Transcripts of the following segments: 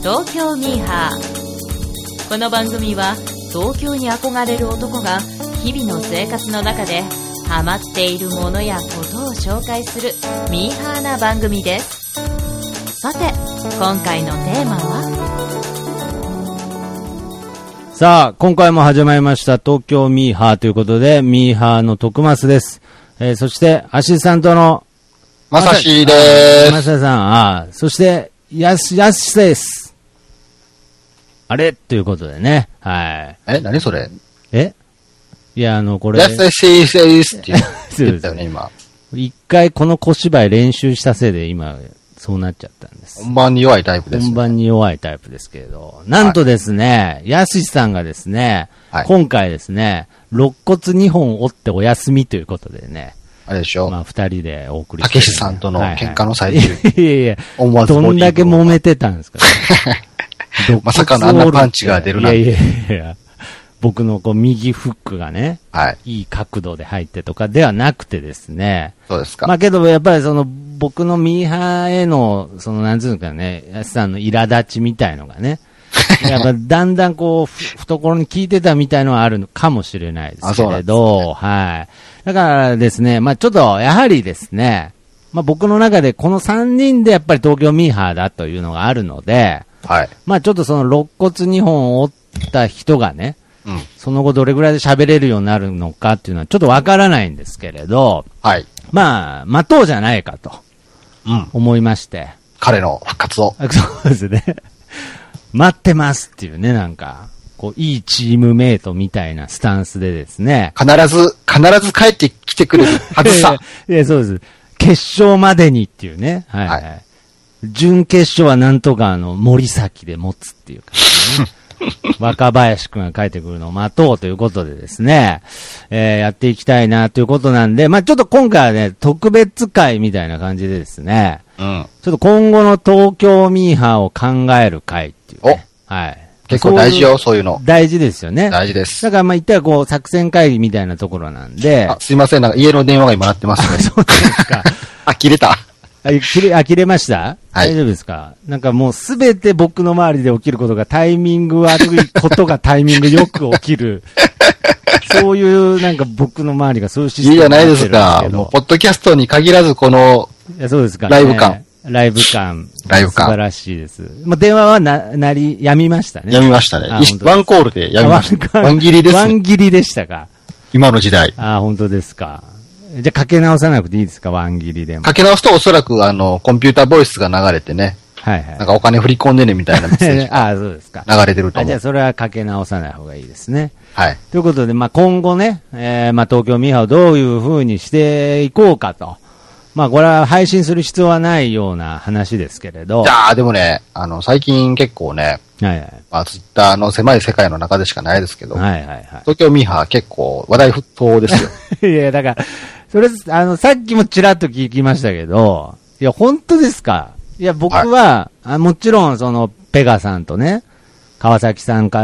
東京ミーハー。この番組は東京に憧れる男が日々の生活の中でハマっているものやことを紹介するミーハーな番組です。さて、今回のテーマは、 さあ、今回も始まりました東京ミーハーということで、ミーハーの徳増です。そしてアシスタントのまさしです。 まささん、そしてやすです。あれということでね。はい。 何それ？ いや、これ。 やすしですって言ったよね、今。 一回この小芝居練習したせいで今、そうなっちゃったんです。 本番に弱いタイプです、ね。 本番に弱いタイプですけれど。なんとですね、やすしさんがですね、はい、今回ですね、肋骨2本折ってお休みということでね。 あれでしょ。 まあ、二人でお送りして、 たけしさんとの喧嘩の最中。 いやいや、どんだけ揉めてたんですか、 ね、まさかのあんなパンチが出るなんて。 いやいや、僕のこう右フックがね、 はい。 いい角度で入ってとかではなくてですね。 そうですか。 まあけどやっぱり僕のミーハーへの、なんつうのかね、やすさんの苛立ちみたいのがね、やっぱだんだんこう、懐に効いてたみたいのはあるのかもしれないですけれど、はい。だからですね、まあちょっと、やはりですね、まあ僕の中でこの3人でやっぱり東京ミーハーだというのがあるので、 はい。 まあちょっとその肋骨2本折った人がね、 うん、 その後どれぐらいで喋れるようになるのかっていうのはちょっとわからないんですけれど、 はい。 まあ、待とうじゃないかと、思いまして。 彼の復活を。 そうですね。待ってますっていうね、なんか、こう、いいチームメイトみたいなスタンスでですね。 必ず帰ってきてくれるはずさ。 いや、そうです。決勝までにっていうね。はい、はい。準決勝はなんとか森崎で持つっていう感じでね。若林くんが帰ってくるのを待とうということでですね、やっていきたいなということなんで、まあちょっと今回はね、特別会みたいな感じでですね、ちょっと今後の東京ミーハーを考える会っていうね。はい。 結構大事よ、そういうの。 大事ですよね。 大事です。 だからまあ言ったらこう、作戦会議みたいなところなんで。 すいません、なんか家の電話が今鳴ってますね。 そうですか。 切れた。 切れました、はい、大丈夫ですか？なんかもうすべて僕の周りで起きることがタイミング悪いことがタイミングよく起きる。そういうなんか僕の周りがそういうシステムいいじゃないですか。もうポッドキャストに限らずこのいやそうですか、ね、 ライブ感。 素晴らしいです。まあ、電話はやみましたね。 やみましたね。ワンコールでやみました。ワン切りです、ね。 ワン切りでしたか。 今の時代。 本当ですか。じゃあかけ直さなくていいですか、ワン切りでも。 かけ直すとおそらくコンピューターボイスが流れてね。 はいはい。 なんかお金振り込んでねみたいなメッセージがそうですか。 流れてると思う。 じゃあそれはかけ直さない方がいいですね。 はい。 ということで、まあ今後ね、まあ東京ミーハーをどういう風にしていこうかと。まあこれは配信する必要はないような話ですけれど。 いやーでもね、最近結構ね、 はいはい。 まあツイッターの狭い世界の中でしかないですけど。 はいはいはい。 東京ミーハー結構話題沸騰ですよ。 いや、だから、それ、さっきもちらっと聞きましたけど、いや、本当ですか？いや、僕は、もちろん、ペガさんとね、川崎さんから、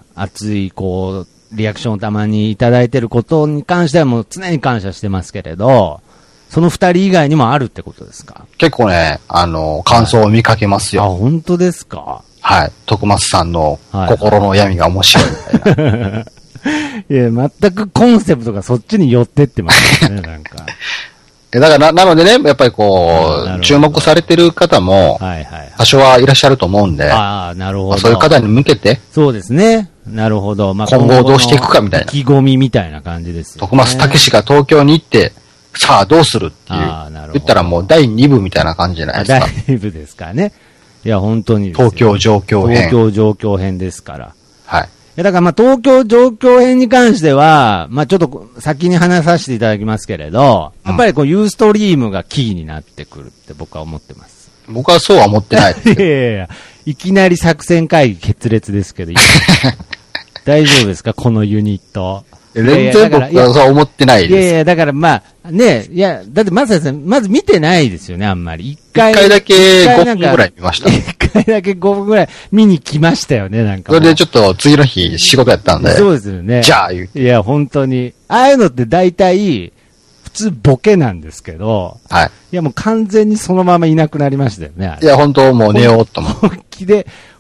熱い、こう、リアクションをたまにいただいてることに関してはもう常に感謝してますけれど、その二人以外にもあるってことですか？ 結構ね、感想を見かけますよ。 本当ですか？ はい。徳松さんの心の闇が面白いみたいな。 いや、全くコンセプトがそっちに寄ってってますね、なんか。 だからなのでね、やっぱりこう、注目されてる方も、多少はいらっしゃると思うんで、 なるほど。 そういう方に向けて、 そうですね。なるほど。まあ、 今後どうしていくかみたいな。 意気込みみたいな感じですよね。 徳松武史が東京に行って、さあどうするっていう。言ったらもう第2部みたいな感じじゃないですか。 第2部ですかね。いや、本当に。 東京状況編。 東京状況編ですから。 はい。 だからまあ東京状況編に関しては、まあちょっと先に話させていただきますけれど、やっぱりこうユーストリームがキーになってくるって僕は思ってます。 僕はそうは思ってないですいやいや、いきなり作戦会議決裂ですけど、大丈夫ですかこのユニット。 全然僕はそう思ってないです。 いやいや、だからまあ、ね、いや、だってまず見てないですよね、あんまり。一回だけ5分ぐらい見ました。 一回だけ5分ぐらい見に来ましたよね、なんか。 それでちょっと次の日仕事やったんで。 そうですよね。 じゃあ言う。 いや、本当に。ああいうのって大体、普通ボケなんですけど、 はい。 いやもう完全にそのままいなくなりましたよね。 いや、本当もう寝ようと思う。 本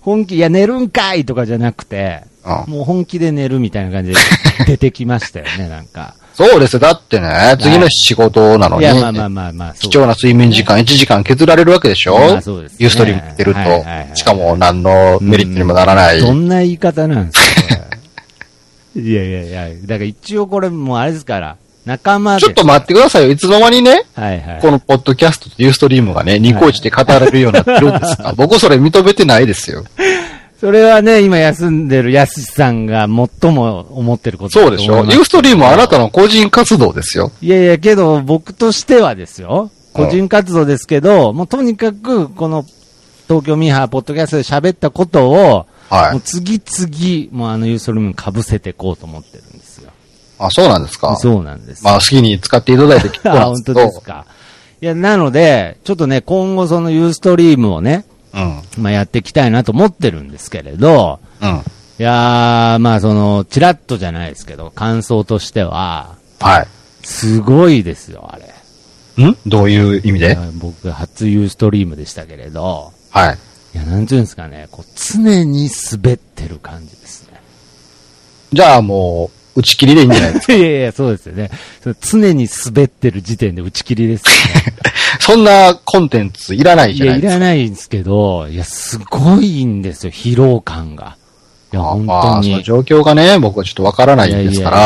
本気、いや寝るんかいとかじゃなくて、もう本気で寝るみたいな感じで出てきましたよね、なんか。 そうです。だってね、次の仕事なのに、 いや、まあ。 貴重な睡眠時間1時間削られるわけでしょ、 まあ、そうですね。 ユーストリームってると、しかも何のメリットにもならない。 どんな言い方なんですかいや、だから一応これもうあれですから、仲間で。 ちょっと待ってくださいよ。いつの間にね、 はいはい、 このポッドキャストとユーストリームがね、ニコイチで語られるようになってるんですか僕それ認めてないですよ。 それはね、今休んでるやすしさんが最も思ってることだと思います。そうでしょ。ユーストリームはあなたの個人活動ですよ。 いや、けど僕としてはですよ。個人活動ですけど、もうとにかくこの東京ミーハーポッドキャストで喋ったことを、はい、もう次々、もうユーストリームに被せていこうと思ってるんですよ。 あ、そうなんですか。 そうなんです。 まあ好きに使っていただいて結構なんですけど。 本当ですか。いや、なので、ちょっとね、今後そのユーストリームをね、まあやっていきたいなと思ってるんですけれど、いやー、まあチラッとじゃないですけど、感想としては、 はい。 すごいですよ、あれ。 どういう意味で？ 僕、初ユーストリームでしたけれど、 はい。 いや、なんていうんですかね、こう、常に滑ってる感じですね。 じゃあもう、打ち切りでいいんじゃないですか。 いや、そうですよね。常に滑ってる時点で打ち切りですよね。 そんなコンテンツいらないじゃないですか。 いや、いらないんですけど、いや、すごいんですよ、疲労感が。いや、本当に。 その状況がね、僕はちょっとわからないですから、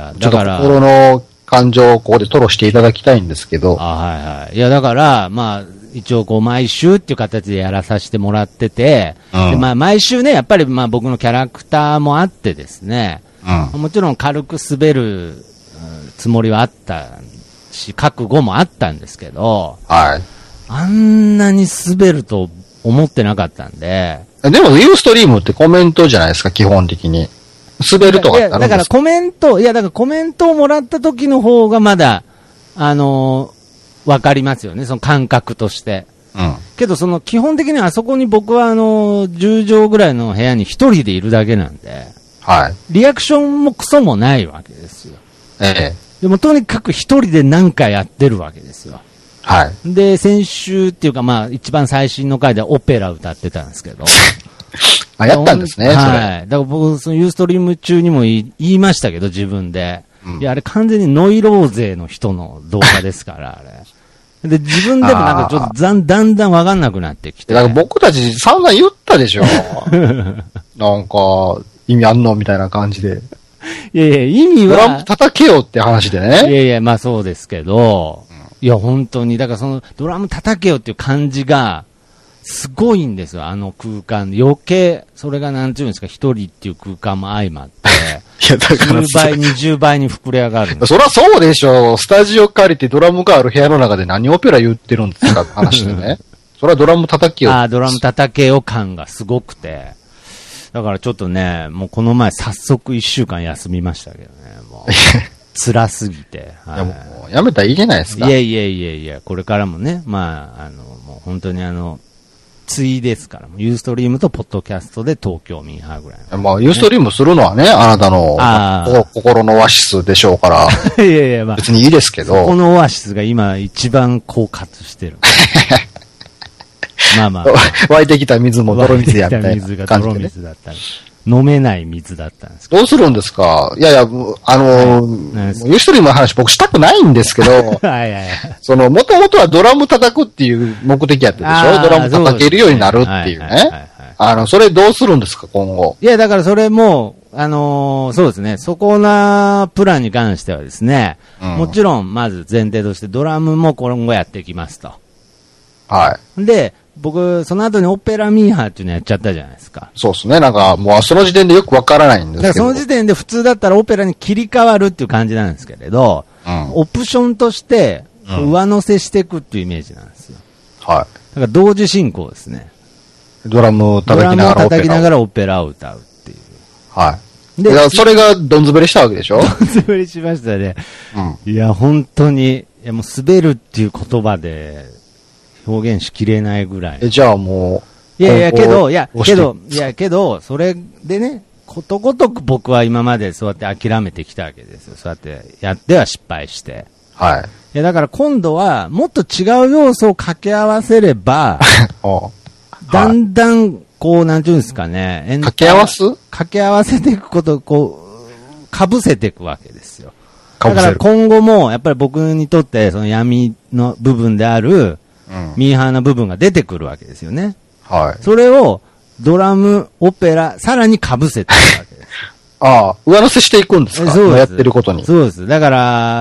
ちょっと心の感情をここで吐露していただきたいんですけど。 はい。いや、だから、まあ、一応こう、毎週っていう形でやらさせてもらってて、でまあ、毎週ね、やっぱりまあ僕のキャラクターもあってですね、もちろん軽く滑るつもりはあったし、覚悟もあったんですけど、 はい。 あんなに滑ると思ってなかったんで。 でも、ユーストリームってコメントじゃないですか、基本的に。滑るとかってあるんですか？ だからコメントをもらった時の方がまだ、わかりますよね、その感覚として。けど、基本的にあそこに僕は10畳ぐらいの部屋に一人でいるだけなんで、 はい。 リアクションもクソもないわけですよ。でもとにかく一人で何かやってるわけですよ。 はい。 で、先週っていうかまあ一番最新の回でオペラ歌ってたんですけど。 あ、やったんですね、それ。 はい。だから僕、そのユーストリーム中にも言いましたけど、自分で。いや、あれ完全にノイローゼの人の動画ですから、あれ。で、自分でもなんかちょっとだんだんわかんなくなってきて。 だから僕たち散々言ったでしょ。なんか、意味あんのみたいな感じで。 いや、意味は。 ドラム叩けよって話でね。 いや、まあそうですけど、いや、本当に、だからドラム叩けよっていう感じが、すごいんですよ、あの空間。余計、それがなんていうんですか、一人っていう空間も相まって、 いや、だから 10倍、20倍に膨れ上がる。 そりゃそうでしょ。スタジオ借りてドラムがある部屋の中で何オペラ言ってるんですかって話でね。それはドラム叩けよ。 ドラム叩けよ感がすごくて。だからちょっとね、もうこの前早速1週間休みましたけどね、もう。辛すぎて。 はい、いやもうやめたらいいじゃないですか。 いや、これからもね、まあ、もう本当に対ですから、ユーストリームとポッドキャストで東京ミーハーぐらい、ね。 まあ、ユーストリームするのはね、あなたの心のオアシスでしょうから。 いや、まあ。 別にいいですけど。 このオアシスが今一番枯渇してる。まあ。 湧いてきた水も泥水やったり。 水が泥水だったり。飲めない水だったんですどうするんですか？いや、ユーストリームの話僕したくないんですけど、もともとはドラム叩くっていう目的やったでしょ？ドラム叩けるようになるっていうね。それどうするんですか、今後？ いや、だからそれも、そうですね、そこなプランに関してはですね、もちろん、まず前提としてドラムも今後やっていきますと。 はい。 で、僕、その後にオペラミーハーっていうのやっちゃったじゃないですか。 そうですね。なんか、もうその時点でよくわからないんですけど。だからその時点で普通だったらオペラに切り替わるっていう感じなんですけれど、オプションとして、上乗せしていくっていうイメージなんですよ。 はい。だから同時進行ですね。 ドラムを叩きながらオペラを歌うっていう。 はい。で、それがどん滑りしたわけでしょ？ どん滑りしましたね。いや、本当に、いやもう滑るっていう言葉で、表現しきれないぐらい。 じゃあもう。いや、けど、それでね、ことごとく僕は今までそうやって諦めてきたわけですよ。そうやってやっては失敗して。 はい。いや、だから今度はもっと違う要素を掛け合わせれば、だんだん、 こう、なんていうんですかね。 掛け合わせていくこと、こう、被せていくわけですよ。だから今後も、やっぱり僕にとって、その闇の部分である、ミーハーな部分が出てくるわけですよね。 はい。 それを、ドラム、オペラ、さらに被せていくわけです。 ああ、上乗せしていくんですか？そうです。やってることに。 そうです。だから、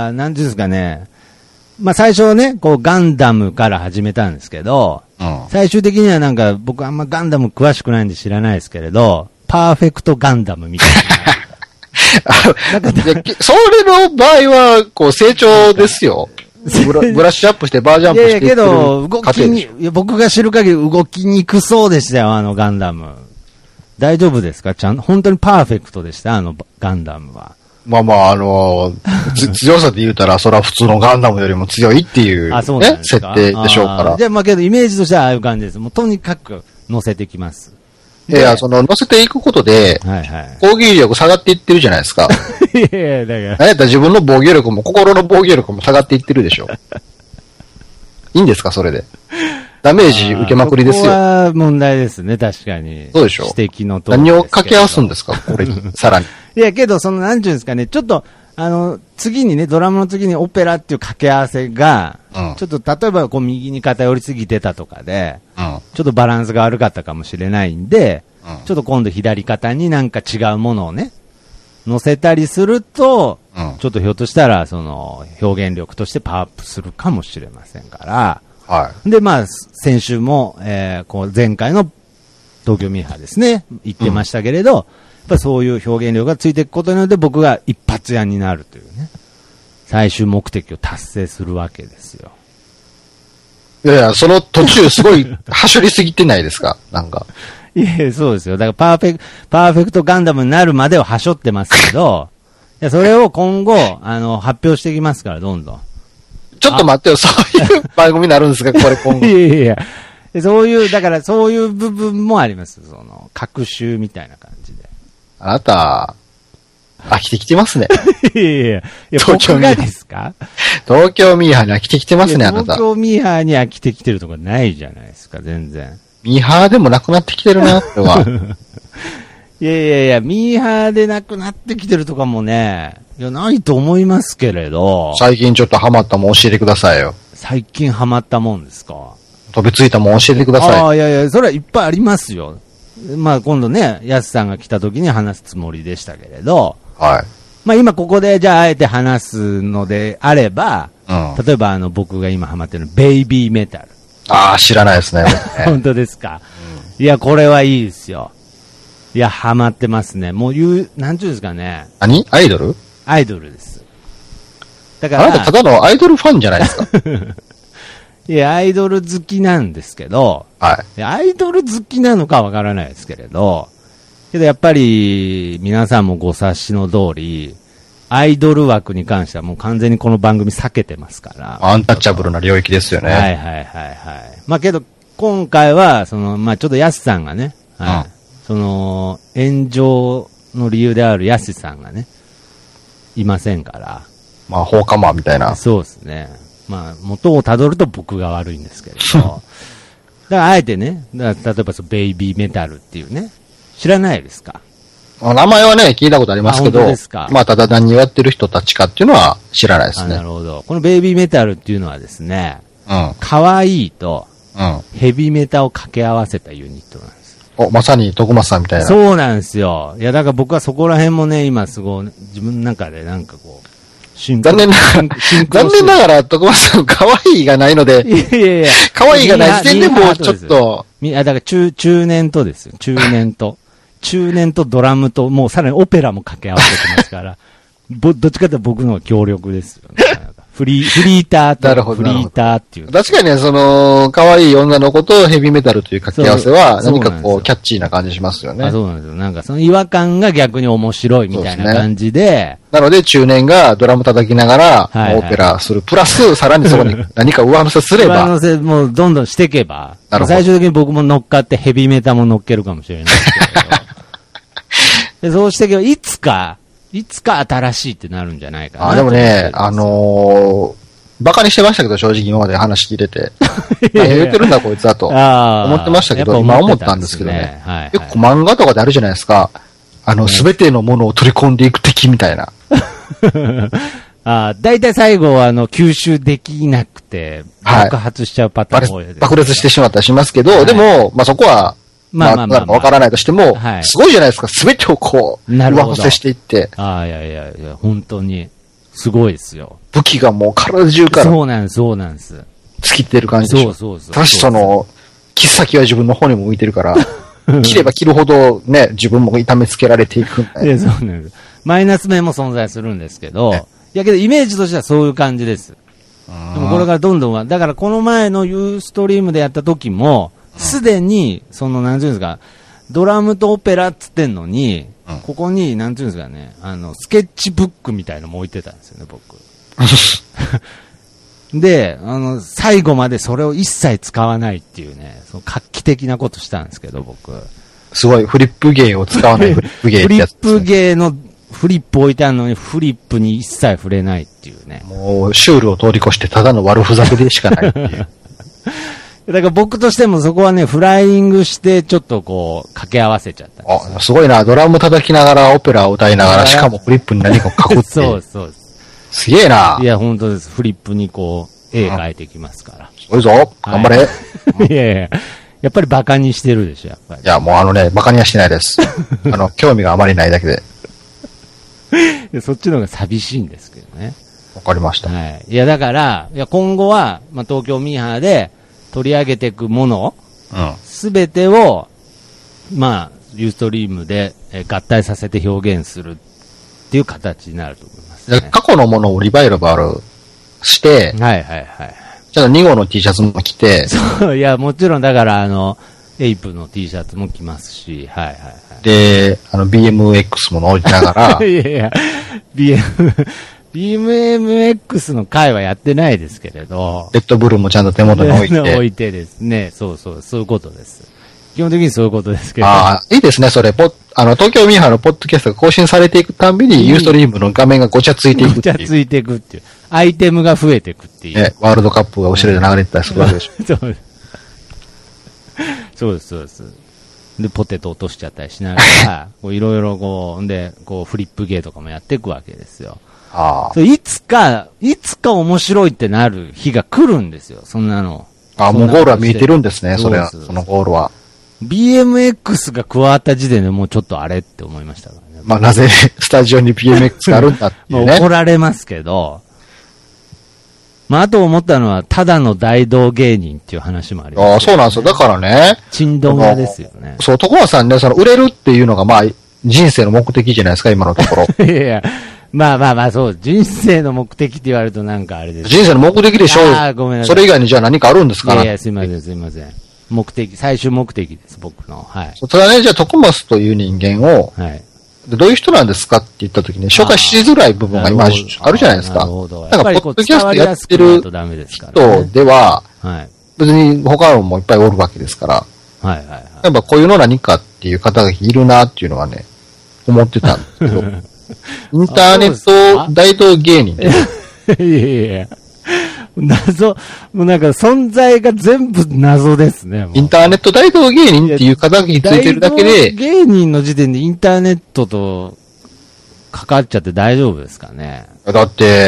なんていうんですかね。まあ最初はね、こうガンダムから始めたんですけど、最終的にはなんか僕あんまガンダム詳しくないんで知らないですけれど、パーフェクトガンダムみたいな。 それの場合は、こう成長ですよ。ブラッシュアップしてバージョンアップしていってる。 いやいやけど、動きに、僕が知る限り動きにくそうでしたよ、あのガンダム。大丈夫ですか？本当にパーフェクトでした、あのガンダムは。 まあまあ、強さで言うたら、それは普通のガンダムよりも強いっていう、ね、設定でしょうから。 じゃあまあけど、イメージとしてはああいう感じです。もうとにかく乗せてきます。 いや、乗せていくことで、 はいはい、 攻撃力下がっていってるじゃないですか。 いやいや、だから。 何やったら自分の防御力も、心の防御力も下がっていってるでしょ。いいんですか、それで。ダメージ受けまくりですよ。 ここは問題ですね、確かに。 そうでしょ。 指摘の通り。 何を掛け合わすんですか、これに、さらに。 いや、けど、なんていうんですかね、ちょっと、次にね、ドラムの次にオペラっていう掛け合わせが、ちょっと、例えば、こう、右に偏りすぎてたとかで、ちょっとバランスが悪かったかもしれないんで、ちょっと今度左肩になんか違うものをね、乗せたりすると、ちょっとひょっとしたら、表現力としてパワーアップするかもしれませんから、 はい。 で、まあ、先週も、こう、前回の東京ミーハーですね、言ってましたけれど、やっぱそういう表現力がついていくことによって僕が一発屋になるというね、最終目的を達成するわけですよ。 いやいや、その途中すごい、はしょりすぎてないですか？なんか。 いや、そうですよ。だからパーフェクトガンダムになるまでははしょってますけど、いや、それを今後、発表していきますから、どんどん。 ちょっと待ってよ、そういう番組になるんですか、これ今後。 いやいやそういう、だからそういう部分もあります。各週みたいな感じで。 あなた、飽きてきてますね。 いやいや東京がですか？ 東京ミーハーに飽きてきてますね、あなた。 東京ミーハーに飽きてきてるとこないじゃないですか、全然。 ミーハーでもなくなってきてるな、これは。 いや、ミーハーでなくなってきてるとかもね、いや、ないと思いますけれど。 最近ちょっとハマったもん教えてくださいよ。 最近ハマったもんですか？ 飛びついたもん教えてください。 ああ、いや、それはいっぱいありますよ。まあ今度ね、ヤスさんが来た時に話すつもりでしたけれど。 はい。 まあ今ここでじゃああえて話すのであれば、例えば僕が今ハマってるベイビーメタル。 ああ、知らないですね。 本当ですか？いや、これはいいですよ。いや、ハマってますね。もうなんちゅうんですかね。 何？アイドル？ アイドルです。だから。 あなたただのアイドルファンじゃないですか。 いや、アイドル好きなんですけど、 はい。 アイドル好きなのかわからないですけれど、けどやっぱり、皆さんもご察しの通り、アイドル枠に関してはもう完全にこの番組避けてますから。 アンタッチャブルな領域ですよね。 はいはいはいはい。まあけど、今回は、まあちょっとヤスさんがね、はい、炎上の理由であるヤスさんがね、いませんから。 まあ放火魔みたいな。 そうですね。まあ元をたどると僕が悪いんですけれど。だからあえてね、例えばベイビーメタルっていうね、知らないですか？ 名前はね、聞いたことありますけど、まあただ何やってる人たちかっていうのは知らないですね。 なるほど。このベイビーメタルっていうのはですね、可愛いと、ヘビメタを掛け合わせたユニットなんです。 まさに徳松さんみたいな。 そうなんですよ。いや、だから僕はそこら辺もね、今すごい、自分の中でなんかこう、 残念ながら、徳松さん、可愛いがないので、 いや、 可愛いがない時点でもうちょっと。 だから中年とですよ。中年とドラムと、もうさらにオペラも掛け合わせてますから、どっちかというと僕の方が強力ですよね。フリーターっていう。 確かにね、可愛い女の子とヘビーメタルという掛け合わせは、何かこう、キャッチーな感じしますよね。 そうなんですよ。なんかその違和感が逆に面白いみたいな感じで。 なので、中年がドラム叩きながら、オペラする。プラス、さらにそこに何か上乗せすれば。 上乗せもうどんどんしていけば。最終的に僕も乗っかってヘビーメタも乗っけるかもしれないですけど。でそうしていけば、いつか新しいってなるんじゃないかな。 でもね、 バカにしてましたけど、正直今まで話聞いてて。何言ってるんだこいつだと思ってましたけど、今思ったんですけどね。結構漫画とかであるじゃないですか。すべてのものを取り込んでいく敵みたいな。 だいたい最後は吸収できなくて、爆発しちゃうパターンも多いです、 爆裂してしまったりしますけど、でも、そこは、わからないとしても、すごいじゃないですか。すべてをこう、上乗せしていって。 いや、本当に、すごいですよ。 武器がもう体中から。 そうなんです。突きってる感じでしょ。そう。ただし切っ先は自分の方にも向いてるから、切れば切るほどね、自分も痛めつけられていくんだよ。 そうなんです。マイナス面も存在するんですけど、いやけどイメージとしてはそういう感じです。でもこれからどんどんだからこの前のユーストリームでやった時も、すでに、なんていうんですか、ドラムとオペラっつってんのに、ここに、なんていうんですかね、スケッチブックみたいなのも置いてたんですよね、僕。で、最後までそれを一切使わないっていうね、画期的なことしたんですけど、僕。 すごい、フリップ芸を使わないフリップ芸ってやつですね。 フリップ芸のフリップ置いてあるのにフリップに一切触れないっていうね。 もう、シュールを通り越してただの悪ふざけでしかないっていう。 だから僕としてもそこはね、フライングしてちょっとこう、掛け合わせちゃったんですよ。 すごいな、ドラム叩きながらオペラを歌いながら、しかもフリップに何かを書くって。 そう。 すげえな。 いや、本当です。フリップにこう、絵描いてきますから。 すごいぞ。頑張れ。 いや。やっぱりバカにしてるでしょ、やっぱり。 いや、もうバカにはしてないです。興味があまりないだけで。そっちの方が寂しいんですけどね。 わかりました。 いや、だから、今後は、東京ミーハーで取り上げていくもの、すべてを、ユーストリームで合体させて表現するっていう形になると思います、ね。 過去のものをリバイバルして、ちょっと2号の T シャツも着て。 そう、いや、もちろんだから、エイプの T シャツも着ますし、 で、BMX も乗りながら。 いや、BMX の回はやってないですけれど。 レッドブルもちゃんと手元に置いて。 置いてですね。そういうことです。基本的にそういうことですけど。 いいですね、それ。東京ミーハーのポッドキャストが更新されていくたんびに、ユーストリームの画面がごちゃついていくっていう。 ごちゃついていくっていう。アイテムが増えていくっていう。 ワールドカップが後ろで流れてたりするわけでしょ。 そうです。で、ポテト落としちゃったりしながら、いろいろフリップゲーとかもやっていくわけですよ。いつか面白いってなる日が来るんですよ、そんなの。 もうゴールは見えてるんですね、そのゴールは。 BMX が加わった時点でもうちょっとあれって思いましたからね。 なぜスタジオに BMX があるんだっていうね。 怒られますけど、あと思ったのは、ただの大道芸人っていう話もあります、 そうなんですよ。だからね。 ちんどん屋ですよね。 そう、徳間さんね、売れるっていうのが人生の目的じゃないですか、今のところ。 いや、そう、人生の目的って言われるとなんかあれです。 人生の目的でしょう。 ごめんなさい。 それ以外にじゃあ何かあるんですか？ いや、すいません。最終目的です、僕の。 ただね、じゃあ徳増という人間を、どういう人なんですかって言ったときに、紹介しづらい部分が今あるじゃないですか。なんか、ポッドキャストやってる人では、別に他のもいっぱいおるわけですから、やっぱこういうの何かっていう方がいるなっていうのはね、思ってたんですけど、インターネット大道芸人いや。謎、もうなんか存在が全部謎ですね。 インターネット大道芸人っていう肩書きついてるだけで。 芸人の時点でインターネットと関わっちゃって大丈夫ですかね。 だって、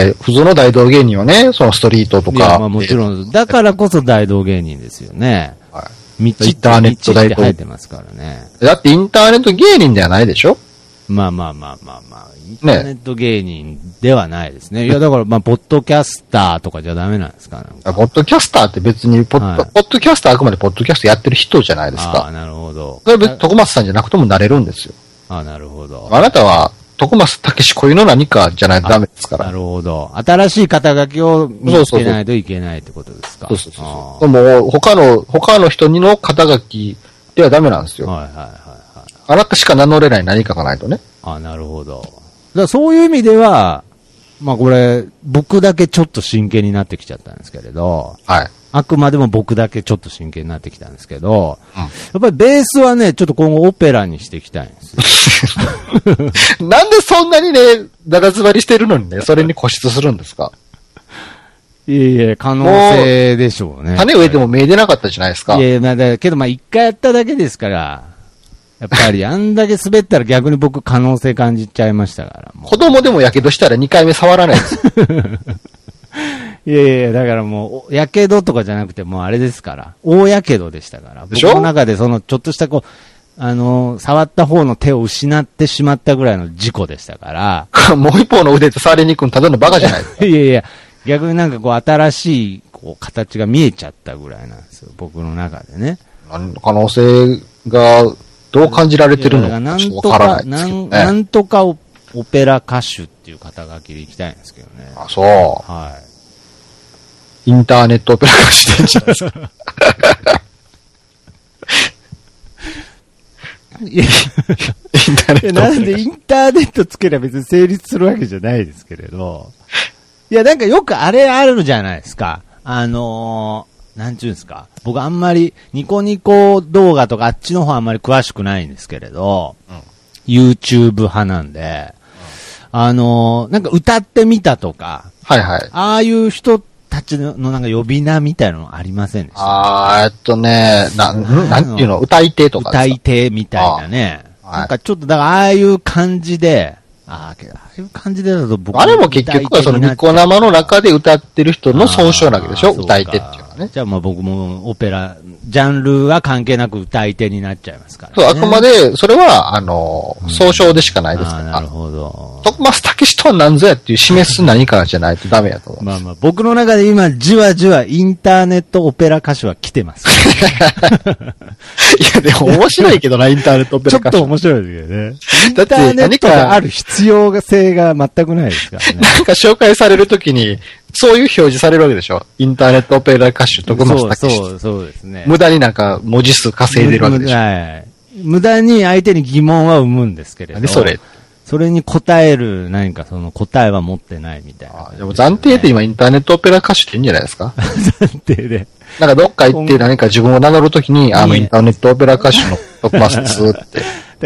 普通の大道芸人はね、そのストリートとか。いや、 もちろん、だからこそ大道芸人ですよね。 インターネット大道芸人。入ってますからね。 だってインターネット芸人ではないでしょ？ インターネット芸人ではないですね。いや、だから、ポッドキャスターとかじゃダメなんですか？ ポッドキャスターって別に、ポッドキャスターあくまでポッドキャストやってる人じゃないですか。 なるほど。 それは別に徳松さんじゃなくてもなれるんですよ。 なるほど。 あなたは、徳松武史こういうの何かじゃないとダメですから。 なるほど。新しい肩書きを見つけないといけないってことですか？ そう。でも、他の人にの肩書きではダメなんですよ。あなたしか名乗れない何かがないとね。 なるほど。そういう意味では、これ、僕だけちょっと真剣になってきちゃったんですけれど、あくまでも僕だけちょっと真剣になってきたんですけど、やっぱりベースはね、ちょっと今後オペラにしていきたいんですよ。なんでそんなにね、だらずばりしてるのにね、それに固執するんですか？ いや、可能性でしょうね。 種植えても芽出なかったじゃないですか。 いや、まあ、だけどまあ一回やっただけですから、やっぱりあんだけ滑ったら逆に僕可能性感じちゃいましたから。 子供でも火傷したら2回目触らないです。 いやいや、だからもう、火傷とかじゃなくてもうあれですから、大火傷でしたから。僕の中でそのちょっとしたこう、触った方の手を失ってしまったぐらいの事故でしたから。 もう一方の腕と触りに行くのただのバカじゃないですか。 いやいや、逆になんかこう新しいこう形が見えちゃったぐらいなんですよ、僕の中でね。 可能性がどう感じられてるのかちょっとわからないですけどね。 なんとかオペラ歌手っていう肩書きでいきたいんですけどね。 あ、そう。 はい。 インターネットオペラ歌手でいいんじゃないですか。 いや、なんでインターネットつければ別に成立するわけじゃないですけれど。いや、なんかよくあれあるじゃないですか。なんちゅうんですか。僕あんまりニコニコ動画とかあっちの方あんまり詳しくないんですけれど、YouTube 派なんで、なんか歌ってみたとか、 はいはい。 ああいう人たちのなんか呼び名みたいなのありませんでした？ なんていうの、歌い手とか。 歌い手みたいなね。なんかちょっと、だからああいう感じで、ああいう感じでだと僕あれも結局はそのニコ生の中で歌ってる人の総称なわけでしょ？歌い手っていうのはね。 じゃあまあ僕もオペラ、ジャンルは関係なく歌い手になっちゃいますからね。 そう、あくまで、それは、総称でしかないですから。 なるほど。 徳松武史とは何ぞやっていう示す何かじゃないとダメやと思う。 まあまあ、僕の中で今、じわじわインターネットオペラ歌手は来てます。 いや、でも面白いけどな、インターネットオペラ歌手。 ちょっと面白いですけどね。インターネットがある必要性が全くないですからね。 なんか紹介されるときに、そういう表示されるわけでしょ？インターネットオペラ歌手、徳松武史。 そうですね。 無駄になんか文字数稼いでるわけでしょ？ はい。無駄に相手に疑問は生むんですけれど。それに答える何かその答えは持ってないみたいな、 でも暫定で今インターネットオペラ歌手って言うんじゃないですか？ 暫定で。 なんかどっか行って何か自分を名乗るときに、インターネットオペラ歌手の徳松ですって。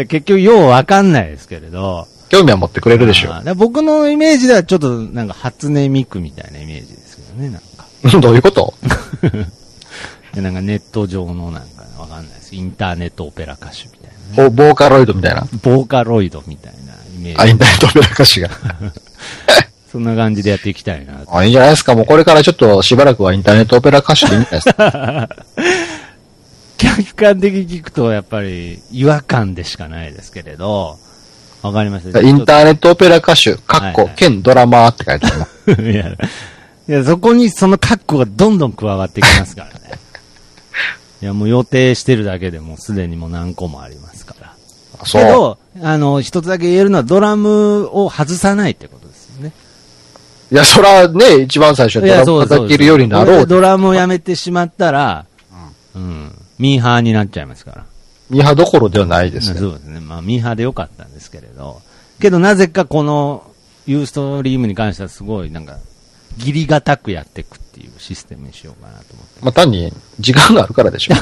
結局ようわかんないですけれど。 興味は持ってくれるでしょ。 僕のイメージではちょっとなんか初音ミクみたいなイメージですけどね、なんか。どういうことなんかネット上のなんかわかんないです。インターネットオペラ歌手みたいな、ね。ボーカロイドみたいな。 ボーカロイドみたいなイメージ。インターネットオペラ歌手が。 そんな感じでやっていきたいな。 いいんじゃないですか。もうこれからちょっとしばらくはインターネットオペラ歌手でいいんじゃないですか。 客観的に聞くとやっぱり違和感でしかないですけれど、わかりました。 インターネットオペラ歌手、兼ドラマーって書いてあるいや、そこにそのカッコがどんどん加わってきますからね。いや、もう予定してるだけでもうすでにもう何個もありますから。 そう。 けど、一つだけ言えるのはドラムを外さないってことですよね。 いや、そらね、一番最初ドラム叩けるようになろう。 ドラムをやめてしまったら、ミーハーになっちゃいますから。 ミーハーどころではないですね。 そうですね。まあ、ミーハーでよかったんですけれど。けど、なぜかこの、ユーストリームに関してはすごい、なんか、ギリがたくやっていくっていうシステムにしようかなと思って。 まあ、単に、時間があるからでしょ。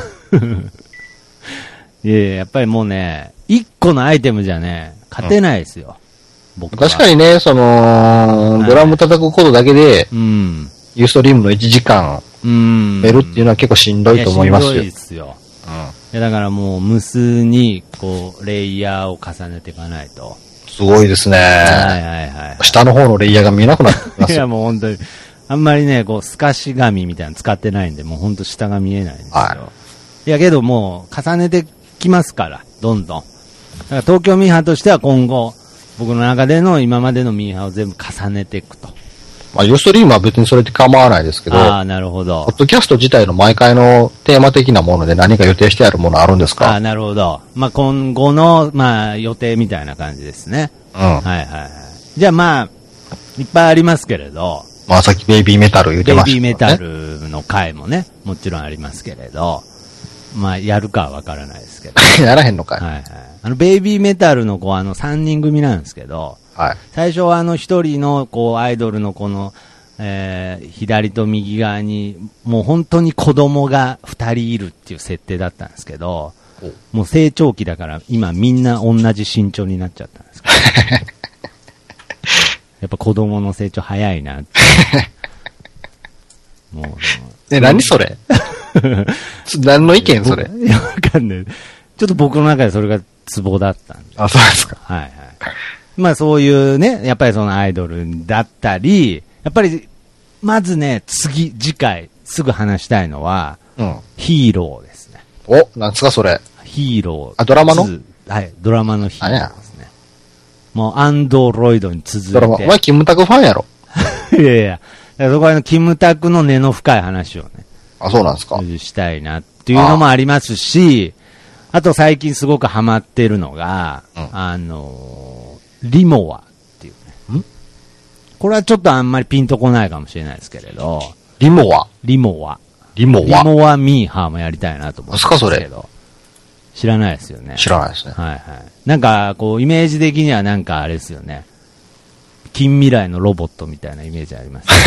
いやいや、やっぱりもうね、一個のアイテムじゃね、勝てないですよ。僕は。 確かにね、ドラム叩くことだけで、ユーストリームの1時間、得るっていうのは結構しんどいと思いますよ。しんどいですよ。だからもう無数にこうレイヤーを重ねていかないと。 すごいですね。はい。下の方のレイヤーが見えなくなってきますよ。 いやもう本当にあんまりねこう透かし紙みたいなの使ってないんでもう本当下が見えないんですよ。はい。いやけどもう重ねてきますからどんどん。だから東京ミーハーとしては今後僕の中での今までのミーハーを全部重ねていくと。 まあ、ユーストリームは別にそれで構わないですけど。 ああ、なるほど。 ポッドキャスト自体の毎回のテーマ的なもので何か予定してあるものあるんですか？ ああ、なるほど。まあ、今後の、まあ、予定みたいな感じですね。はいはいはい。じゃあまあ、いっぱいありますけれど。 まあ、さっきベイビーメタル言ってましたね。 ベイビーメタルの回もね、もちろんありますけれど。まあ、やるかはわからないですけど。 やらへんのかい。 はいはい。ベイビーメタルの子3人組なんですけど。はい。最初は一人のアイドルの子の、左と右側にもう本当に子供が2人いるっていう設定だったんですけど、もう成長期だから今みんな同じ身長になっちゃったんですけどやっぱ子供の成長早いなってもう。 何それ何の意見それ？ いや、わかんない。ちょっと僕の中でそれがツボだったんで。 あ、そうですか。 はいはい。まあそういうね、やっぱりそのアイドルだったり、やっぱり、まずね、次回、すぐ話したいのは、ヒーローですね。 お、なんすかそれ。 ヒーロー。 あ、ドラマの？ はい、ドラマのヒーローですね。もうアンドロイドに続いて。ドラマ、 お前キムタクファンやろ？ いやいや、そこはキムタクの根の深い話をね。 あ、そうなんですか。 したいなっていうのもありますし、あと最近すごくハマってるのが、リモアっていうね。これはちょっとあんまりピンとこないかもしれないですけれど。 リモアミーハーもやりたいなと思うんですけど。 何すかそれ。 知らないですよね。 知らないですね。 はいはい。なんか、こう、イメージ的にはなんかあれですよね。近未来のロボットみたいなイメージあります、ね。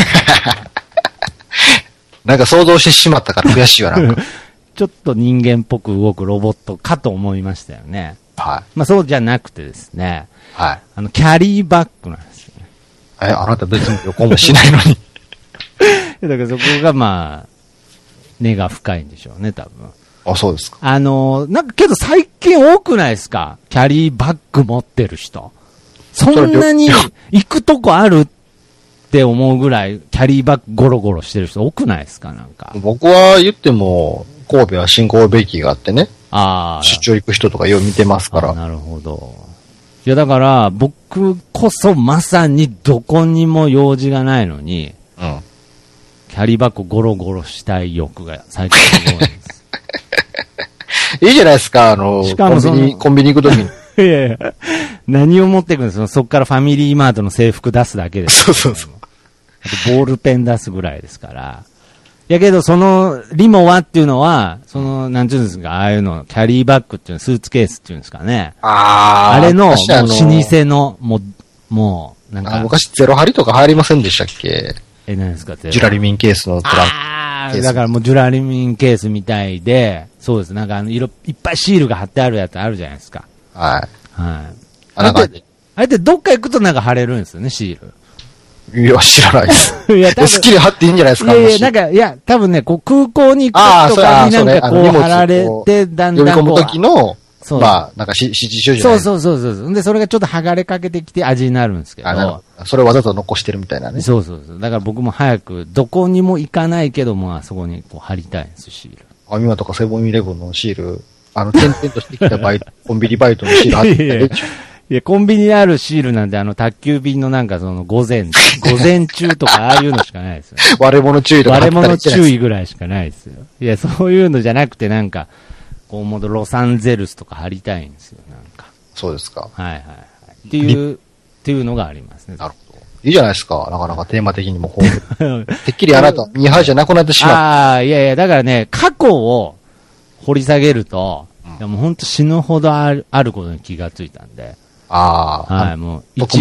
なんか想像してしまったから悔しいわ、なんか。 ちょっと人間っぽく動くロボットかと思いましたよね。 はい。 まあそうじゃなくてですね。 はい。 キャリーバッグなんですよね。 あなた別に旅行もしないのに。 だからそこがまあ、根が深いんでしょうね、多分。 あ、そうですか。 なんかけど最近多くないですか？キャリーバッグ持ってる人。そんなに行くとこあるって思うぐらい、キャリーバッグゴロゴロしてる人多くないですか？なんか。 僕は言っても、神戸は新神戸駅があってね。 ああ。 出張行く人とかよう見てますから。 なるほど。いやだから、僕こそまさにどこにも用事がないのに、キャリーバッグゴロゴロしたい欲が最近すごいんです。 いいじゃないですか、 しかもコンビニ行くときに。 いやいや、何を持っていくんですか？そっからファミリーマートの制服出すだけです。 そう。 あとボールペン出すぐらいですから。やけど、その、リモワっていうのは、なんていうんですか、ああいうの、キャリーバッグっていうの、スーツケースっていうんですかね。あれの、もう、老舗の、もう、なんか。 昔ゼロハリとか入りませんでしたっけ？ 何ですか？ ジュラリミンケースのトランプ。 だからもうジュラリミンケースみたいで、そうです。なんかいっぱいシールが貼ってあるやつあるじゃないですか。 はい。 はい。あれってどっか行くとなんか貼れるんですよね、シール。 いや、知らないです。 いや、 好きに貼っていいんじゃないですか。 多分ね、こう空港に行くとかになんかこう貼られて、だんだん読み込む時の、 そう。 まあ、なんか指示書じゃないですか。 そう。で、それがちょっと剥がれかけてきて味になるんですけど。 それをわざと残してるみたいなね。 そう。だから僕も早く、どこにも行かないけども、あそこにこう貼りたいんです、シール。 ファミマとかセブンイレブンのシール、転々としてきたコンビニバイトのシール貼ってたり。 いや、コンビニにあるシールなんて宅急便のなんか午前中とかああいうのしかないですよ、ね。 割れ物注意とか。 割れ物注意ぐらいしかないですよ。いや、そういうのじゃなくてなんか、こうもうロサンゼルスとか貼りたいんですよ、なんか。 そうですか。 はい。っていうのがありますね。 なるほど。いいじゃないですか。なかなかテーマ的にも豊富。てっきりあなた、ミーハーじゃなくなってしまう。 ああ、いや、だからね、過去を掘り下げると、いやもう本当死ぬほどあることに気がついたんで。はい、もう、一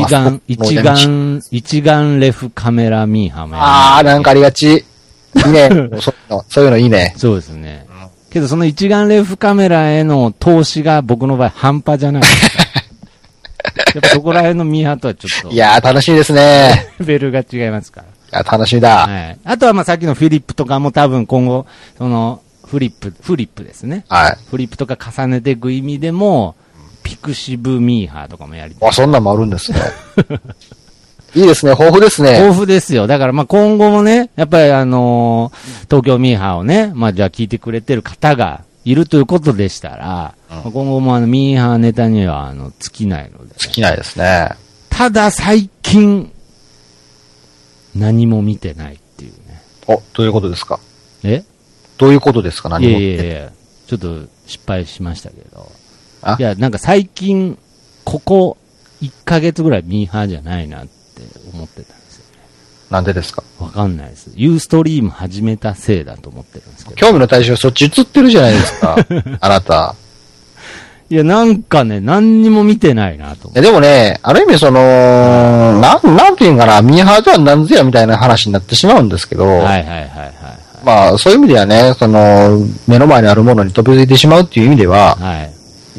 眼レフカメラミーハーもやる。 なんかありがち。いいね。そういうのいいね。 そうですね。けどその一眼レフカメラへの投資が僕の場合半端じゃないですか。やっぱそこら辺のミーハーとはちょっと。 いやー楽しいですね。 レベルが違いますから。 いや、楽しみだ。 はい。あとはまあさっきのフィリップとかも多分今後、フリップですね。 はい。 フリップとか重ねていく意味でも、ピクシブミーハーとかもやりたい。 そんなんもあるんですね。いいですね、豊富ですね。 豊富ですよ。だからまあ今後もね、やっぱり東京ミーハーをね、まあじゃあ聞いてくれてる方がいるということでしたら、今後もミーハーネタには尽きないので。 尽きないですね。 ただ最近、何も見てないっていうね。 どういうことですか？ どういうことですか？何も見てない。 いや、ちょっと失敗しましたけど。いや、なんか最近、ここ1ヶ月ぐらいミーハーじゃないなって思ってたんですよね。 なんでですか？ わかんないです。ユーストリーム始めたせいだと思ってるんですけど。 興味の対象そっち映ってるじゃないですか。あなた。 いや、なんかね、何にも見てないなと思って。 でもね、ある意味なんていうんかな、ミーハーとは何ぞやみたいな話になってしまうんですけど。 はい。 まあ、そういう意味ではね、目の前にあるものに飛びついてしまうっていう意味では、 はい。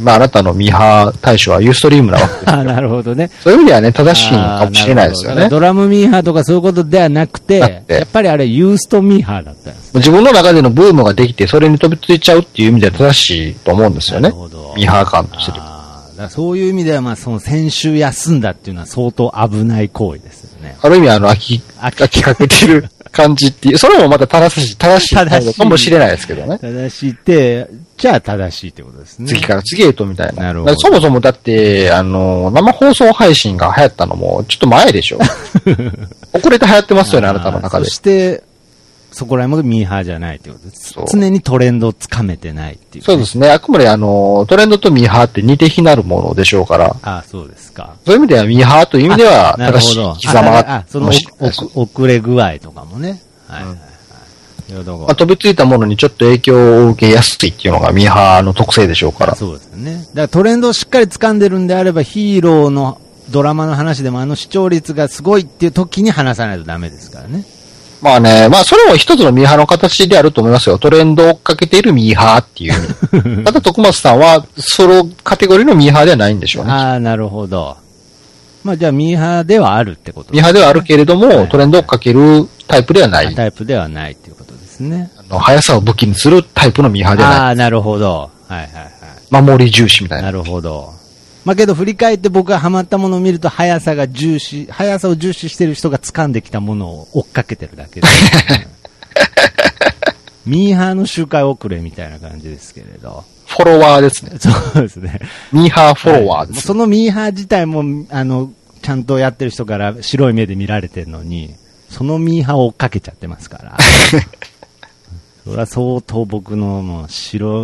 まあ、あなたのミーハー対象はユーストリームなわけですよ。 なるほどね。 そういう意味ではね、正しいのかもしれないですよね。 ドラムミーハーとかそういうことではなくて、やっぱりあれユーストミーハーだったんです、ね。 自分の中でのブームができて、それに飛びついちゃうっていう意味では正しいと思うんですよね。なるほど。ミーハー感とする。 だからそういう意味では、まあ、その先週休んだっていうのは相当危ない行為ですよね。 ある意味、飽きかけてる感じっていう、それもまた正しいかもしれないですけどね。 正しいって、じゃあ正しいってことですね。 次から次へとみたいな。 なるほど。 そもそもだって、生放送配信が流行ったのもちょっと前でしょ。遅れて流行ってますよね、あなたの中で。 そして、そこら辺もミーハーじゃないってことです。常にトレンドをつかめてないっていう、ね。 そうですね。あくまでトレンドとミーハーって似て非なるものでしょうから。 ああ、そうですか。 そういう意味ではミーハーという意味では正しい生き様が。 その遅れ具合とかもね。はいはいはい。 飛びついたものにちょっと影響を受けやすいっていうのがミーハーの特性でしょうから。 そうですね。だからトレンドをしっかり掴んでるんであれば、ヒーローのドラマの話でも視聴率がすごいっていう時に話さないとダメですからね。 まあね、まあそれも一つのミーハーの形であると思いますよ。トレンドを追っかけているミーハーっていう。ただ徳松さんはそのカテゴリーのミーハーではないんでしょうね。 ああ、なるほど。まあじゃあミーハーではあるってことですね。 ミーハーではあるけれども、はいはいはい、トレンドを追っかけるタイプではない。 タイプではないっていうことですね。 速さを武器にするタイプのミーハーではない。 ああ、なるほど。はいはいはい。守り重視みたいな。 なるほど。まあけど振り返って僕がハマったものを見ると速さを重視してる人が掴んできたものを追っかけてるだけで、ね。ミーハーの周回遅れみたいな感じですけれど。 フォロワーですね。 そうですね。 ミーハーフォロワーです、ね。 そのミーハー自体も、ちゃんとやってる人から白い目で見られてるのに、そのミーハーを追っかけちゃってますから。それは相当僕のもう白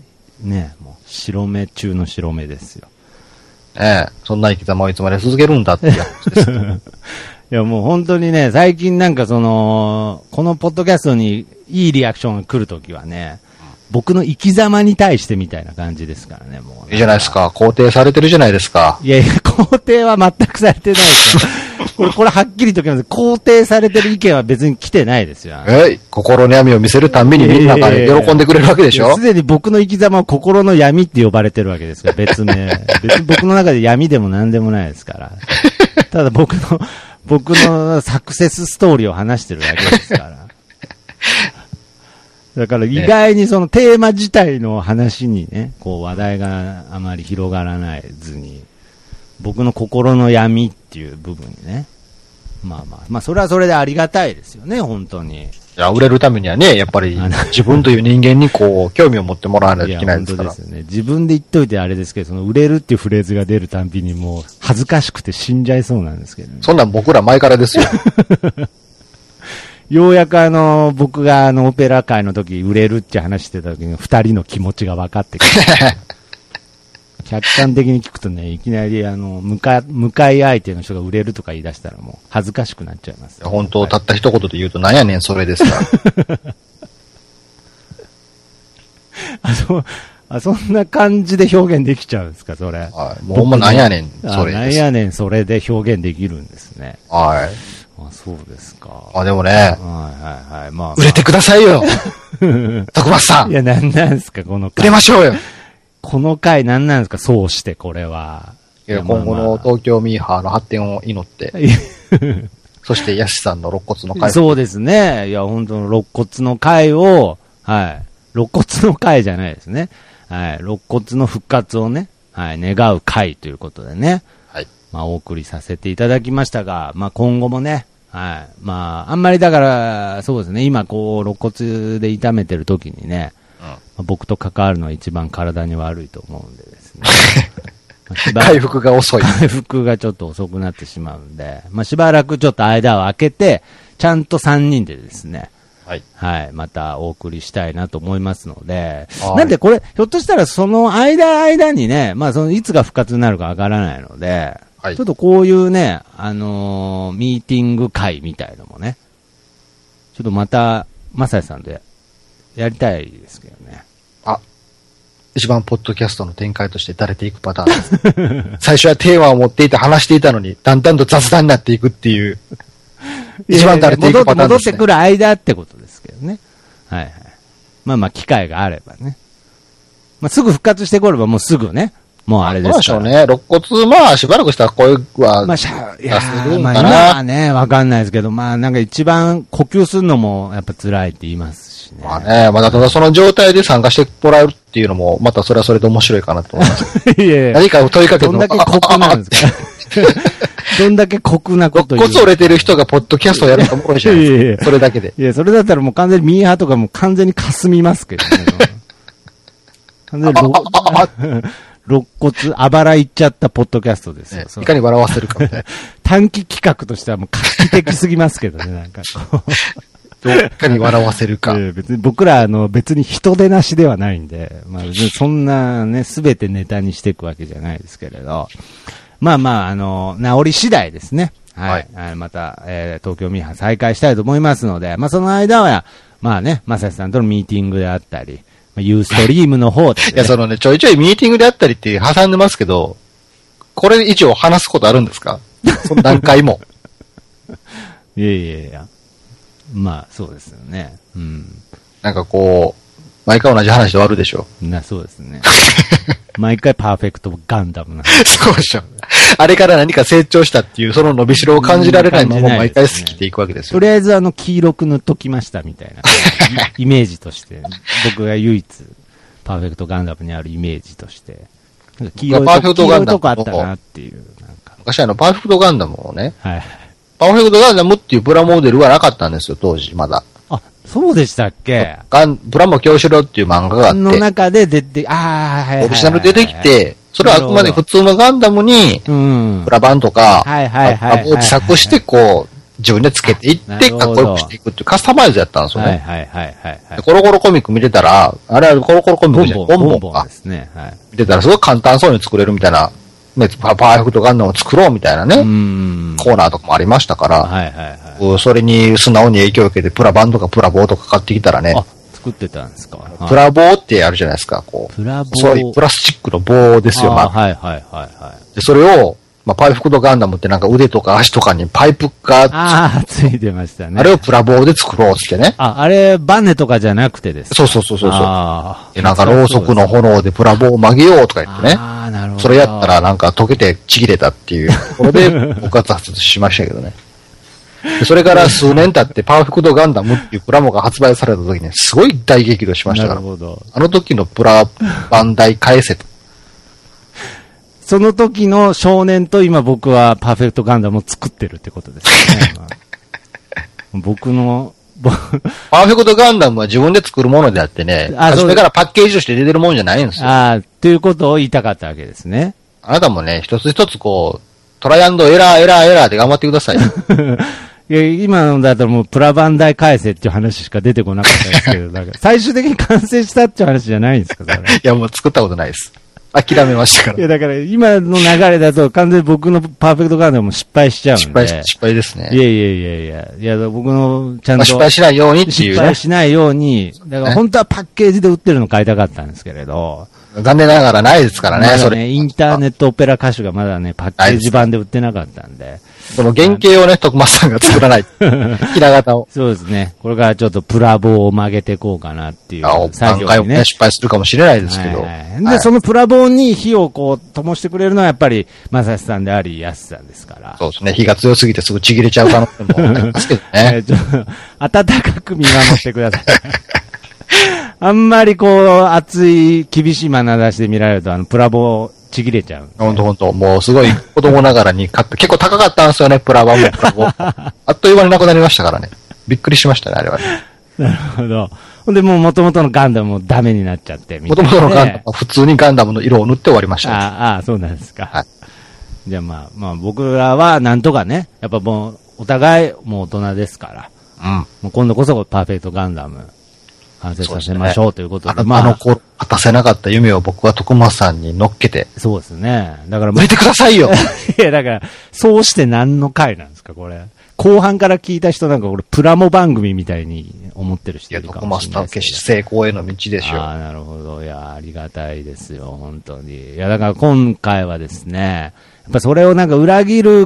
目中の白目ですよ。 そんな生き様をいつまで続けるんだってやつです。 いやもう本当にね、最近なんかこのポッドキャストにいいリアクションが来るときはね、僕の生き様に対してみたいな感じですからね、もう。 いいじゃないですか。肯定されてるじゃないですか。 いやいや、肯定は全くされてないですよ。これはっきりときます。肯定されてる意見は別に来てないですよ。 心の闇を見せるたんびにみんなが喜んでくれるわけでしょ。 すでに僕の生き様は心の闇って呼ばれてるわけですから、別名。別に僕の中で闇でも何でもないですから。ただ僕のサクセスストーリーを話してるだけですから。だから意外にそのテーマ自体の話にね、こう話題があまり広がらないずに、僕の心の闇っていう部分にね。まあ、それはそれでありがたいですよね、本当に。 いや、売れるためにはね、やっぱり自分という人間にこう、興味を持ってもらわないといけないですから。 本当ですよね。自分で言っといてあれですけど、その売れるっていうフレーズが出るたんびにもう恥ずかしくて死んじゃいそうなんですけどね。 そんなん僕ら前からですよ。 ようやく僕がオペラ界の時売れるって話してた時に二人の気持ちが分かってくる。客観的に聞くとね、いきなり向かい相手の人が売れるとか言い出したらもう恥ずかしくなっちゃいます、ね。 本当、たった一言で言うとなんやねんそれですか。 そんな感じで表現できちゃうんですか、それ。 はい。もうほんまなんやねんそれです。 なんやねんそれで表現できるんですね。 はい。 そうですか。 でもね。 はい。まあ。 売れてくださいよ。徳松さん。 いや、なんですか、この回。売れましょうよ。 この回なんですか、そうしてこれは。 いや、今後の東京ミーハーの発展を祈って。そして、ヤシさんの肋骨の回。 そうですね。いや、本当の肋骨の回を、はい。肋骨の回じゃないですね。はい。肋骨の復活をね、はい。願う回ということでね。 はい。 まあ、お送りさせていただきましたが、まあ、今後もね、はい。まあ、あんまりだから、そうですね。今、こう、肋骨で痛めてる時にね、僕と関わるのは一番体に悪いと思うんでですね。 回復が遅い。 回復がちょっと遅くなってしまうんで、まあ、しばらくちょっと間を空けて、ちゃんと3人でですね、 はい。 はい。またお送りしたいなと思いますので、なんでこれ、ひょっとしたらその間にね、まあいつが復活になるかわからないので、はい、ちょっとこういうね、ミーティング会みたいのもね、ちょっとまた、まさやさんでやりたいですけどね。 一番ポッドキャストの展開としてだれていくパターンです。最初はテーマを持っていて話していたのに、だんだんと雑談になっていくっていう。一番だれていくパターンです、ね。 戻ってくる間ってことですけどね。はいはい。まあ機会があればね。 まあ、すぐ復活してこればもうすぐね。もうあれですから。 そうでしょうね。肋骨、まあしばらくしたら声は。 まあ、いやまあ今はね、わかんないですけど、まあなんか一番呼吸するのもやっぱ辛いって言いますしね。 まあね、まだただその状態で参加してもらえるっていうのも、またそれはそれで面白いかなと思います。 いやいや何かを問いかけてどんだけ酷なんですかどんだけ酷なこと言う。 肋骨折れてる人がポッドキャストをやると思うじゃないですか。それだけで。 いや、それだったらもう完全にミーハーとかもう完全に霞みますけどね。完全に肋骨、あばらいっちゃったポッドキャストですよ。 いかに笑わせるかみたいな。 短期企画としてはもう画期的すぎますけどね、なんかこう。いかに笑わせるか。 別に僕ら別に人手なしではないんで、まあ別にそんなね、すべてネタにしていくわけじゃないですけれど、まあまあ、治り次第ですね。はい。はい、また、東京ミーハー再開したいと思いますので、まあその間は、まあね、まさしさんとのミーティングであったり、ユーストリームの方で、ね。 いや、ちょいちょいミーティングであったりって挟んでますけど、これ以上話すことあるんですかその段階も。 いやいやいや。まあ、そうですよね。うん。 なんかこう、毎回同じ話で終わるでしょ。 そうですね。毎回パーフェクトガンダムなんで。 そうでしょ。あれから何か成長したっていう、その伸びしろを感じられないまま毎回好きでいくわけですよ。 とりあえず黄色く塗っときましたみたいな。イメージとして。僕が唯一、パーフェクトガンダムにあるイメージとして。なんか黄色いとこあったなっていう。なんか昔パーフェクトガンダムをね。 はい。 パーフェクトガンダムっていうプラモデルはなかったんですよ、当時、まだ。 あ、そうでしたっけ？ プラモ京志郎っていう漫画があって。 の中で出て、はい。 オリジナル出てきて、それはあくまで普通のガンダムに、プラ版とか、を自作してこう、自分でつけていって、かっこよくしていくっていうカスタマイズやったんですよね。コロコロコミック見てたら、あれはコロコロコミックじゃない、ボンボンか。 ですね。はい。 見てたらすごい簡単そうに作れるみたいな、ね、パーフェクトガンダムを作ろうみたいなね、コーナーとかもありましたから、それに素直に影響を受けて、プラ版とかプラボーとか買ってきたらね、 作ってたんですか。 プラボーってあるじゃないですか、こう。 プラボー。 そういうプラスチックの棒ですよ、まあ。で、それを、まあ、パーフェクトガンダムってなんか腕とか足とかにパイプがついてましたね。 あれをプラボーで作ろうってね。 あれ、バネとかじゃなくてですか。そう。で、なんかろうそくの炎でプラボーを曲げようとか言ってね。 なるほど。 それやったらなんか溶けてちぎれたっていうところで爆発しましたけどね。でそれから数年経ってパーフェクトガンダムっていうプラモが発売された時にすごい大激怒しましたから。なるほど。あの時のプラバンダイ返せと。 その時の少年と今僕はパーフェクトガンダムを作ってるってことですね。僕の、 パーフェクトガンダムは自分で作るものであってね、初めからパッケージとして出てるもんじゃないんですよ。 ということを言いたかったわけですね。 あなたもね、一つ一つこう、トライアンドエラーで頑張ってください。 いや今のだったらもうプラバンダイ返せっていう話しか出てこなかったですけど、だから最終的に完成したっていう話じゃないんですか、それ。 いやもう作ったことないです。諦めましたから。 いやだから今の流れだと完全に僕のパーフェクトガンダムも失敗しちゃうんで。 失敗ですね。 いや僕のちゃんと。 失敗しないようにっていうね。 失敗しないように。だから本当はパッケージで売ってるの買いたかったんですけれど。 残念ながらないですからね、それ。 インターネットオペラ歌手がまだね、パッケージ版で売ってなかったんで。 その原型をね、徳松さんが作らない。ひら型を。 そうですね。これからちょっとプラボを曲げていこうかなっていう作業にね。失敗するかもしれないですけど。 で、そのプラボに火をこう、灯してくれるのはやっぱり、まさしさんであり、やすさんですから。 そうですね。火が強すぎてすぐちぎれちゃう可能性もありますけどね。 温かく見守ってください。あんまりこう、熱い、厳しい眼差しで見られると、プラボちぎれちゃう。 ほんと。もうすごい子供ながらに買って、結構高かったんですよね、プラボもプラボ。あっという間になくなりましたからね。びっくりしましたね、あれはね。 なるほど。ほんでもう元々のガンダムもダメになっちゃって。 元々のガンダムは普通にガンダムの色を塗って終わりました、 ね。そうなんですか。はい。じゃあまあ僕らはなんとかね、やっぱもうお互いもう大人ですから。もう今度こそパーフェクトガンダム。完成させましょうということで。 あの子、果たせなかった夢を僕は徳松さんに乗っけて。 そうですね。だから見てくださいよいや、だから、そうして何の回なんですか、これ。後半から聞いた人なんかこれ、プラモ番組みたいに思ってる人いるかもしれない。 徳松さん決して成功への道でしょう。 なるほど。いや、ありがたいですよ、本当に。いや、だから今回はですね、やっぱそれをなんか裏切る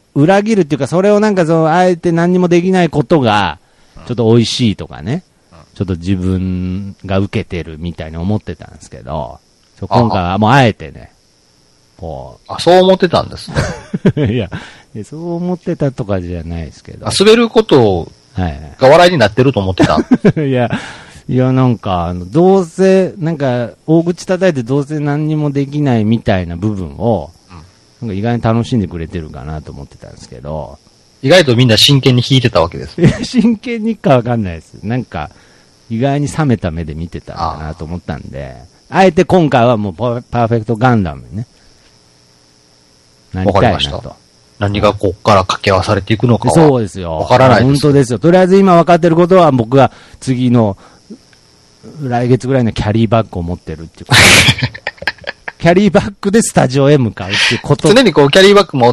っていうか、それをなんかあえて何にもできないことが、ちょっと美味しいとかね。 ちょっと自分が受けてるみたいに思ってたんですけど、今回はもうあえてね、こう。そう思ってたんですね。いや、そう思ってたとかじゃないですけど。 滑ることが笑いになってると思ってた。 いや、なんか、どうせ、なんか、大口叩いてどうせ何にもできないみたいな部分を、なんか意外に楽しんでくれてるかなと思ってたんですけど。 意外とみんな真剣に弾いてたわけです。 いや、真剣にかわかんないです。なんか、意外に冷めた目で見てたかなと思ったんで、あえて今回はもうパーフェクトガンダムにね、なりたいなと。わかりました。 何がこっから掛け合わされていくのかは。 そうですよ。 わからないです。 本当ですよ。とりあえず今分かってることは、僕が次の、来月ぐらいのキャリーバッグを持ってるっていうこと。キャリーバッグでスタジオへ向かうっていうこと。 常にこうキャリーバッグ持って、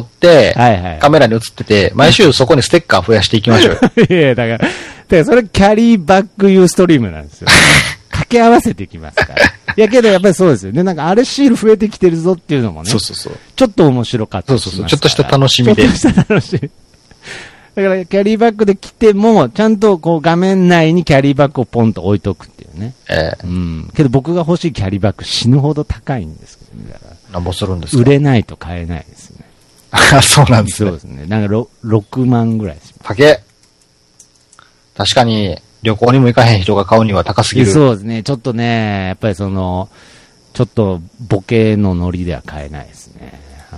カメラに映ってて、毎週そこにステッカー増やしていきましょうよ。 いや、だからそれキャリーバッグユーストリームなんですよ。掛け合わせていきますから。いやけどやっぱりそうですよね。なんかあれシール増えてきてるぞっていうのもね。 そうそうそう。 ちょっと面白かったです。 そう。ちょっとした楽しみで。 ちょっとした楽しみ。だからキャリーバッグで来ても、ちゃんとこう画面内にキャリーバッグをポンと置いとくっていうね。うん。けど僕が欲しいキャリーバッグ死ぬほど高いんですけどね。だからなんぼするんですか？ 売れないと買えないですね。 そうなんですね。 そうですね。なんか6万ぐらいします。 高え。確かに旅行にも行かへん人が買うには高すぎる。 そうですね。ちょっとね、やっぱりちょっとボケのノリでは買えないですね。はい。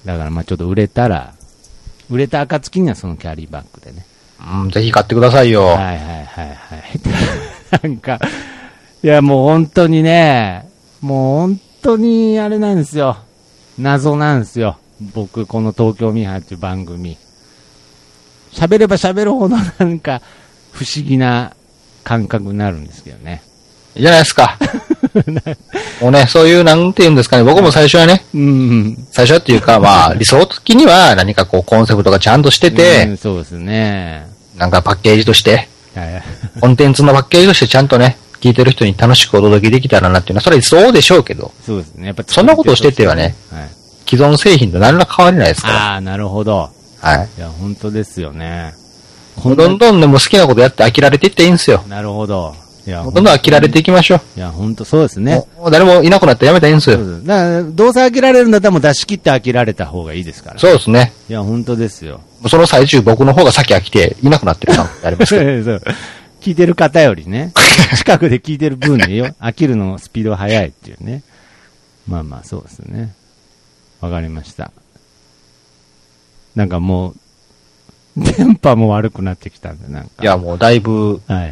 だからまあちょっと売れた暁にはそのキャリーバッグでね。 ぜひ買ってくださいよ。 はい。なんか、いやもう本当にね、もう本当にあれなんですよ。謎なんですよ。僕、この東京ミーハーっていう番組。喋れば喋るほどなんか不思議な感覚になるんですけどね。 いいじゃないですか。もうね、そういうなんて言うんですかね、僕も最初はね、最初っていうかまあ理想的には何かこうコンセプトがちゃんとしてて、 そうですね。 なんかパッケージとして、コンテンツのパッケージとしてちゃんとね、聞いてる人に楽しくお届けできたらなっていうのは、それはそうでしょうけど、 そうですね。やっぱそんなことをしててはね、既存製品と何ら変わりないですから。 ああ、なるほど。 はい。 いや、本当ですよね。 どんどんでも好きなことやって飽きられていっていいんですよ。 なるほど。いや、 どんどん飽きられていきましょう。 いや、本当そうですね。 もう誰もいなくなったらやめたらいいんですよ。 だから、どうせ飽きられるんだったらもう出し切って飽きられた方がいいですから。 そうですね。 いや、本当ですよ。 その最中僕の方が先飽きていなくなってるな、ありますけど。 聞いてる方よりね、近くで聞いてる分でよ、飽きるのスピードが速いっていうね。まあまあ、そうですね。わかりました。なんかもう、電波も悪くなってきたんで、なんか。 いや、もうだいぶ、 はい。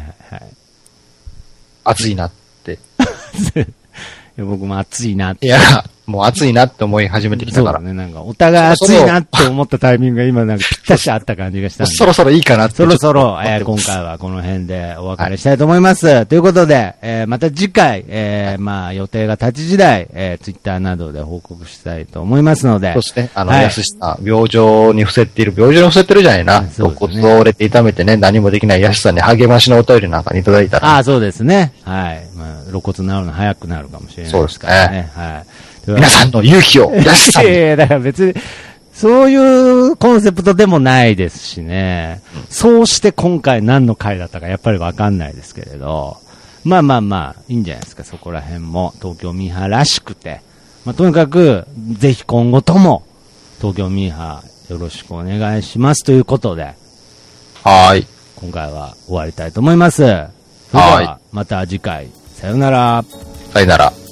暑いなって。 いや僕も暑いなって。 いや、もう暑いなって思い始めてきたから。 そうだね、なんか、お互い暑いなって思ったタイミングが今なんかぴったしあった感じがしたんで。 そろそろいいかなって。 そろそろ、今回はこの辺でお別れしたいと思います。はい、ということで、また次回、まあ予定が立ち次第、ツイッターなどで報告したいと思いますので。 そうですね。やすしさん、病状に伏せてるじゃないな。肋骨を折れて痛めてね、何もできないやすさんに励ましのお便りなんかにいただいたら、ね。 ああ、そうですね。はい。まあ、肋骨治るの早くなるかもしれないですからね。そうですね。はい。 皆さんの勇気を出したい。 いやだから別に、そういうコンセプトでもないですしね。そうして今回何の回だったかやっぱりわかんないですけれど。まあ、いいんじゃないですか、そこら辺も。東京ミーハーらしくて。まあ、とにかく、ぜひ今後とも、東京ミーハーよろしくお願いしますということで。 はい。 今回は終わりたいと思います。それでは、また次回。さよなら。 さよなら。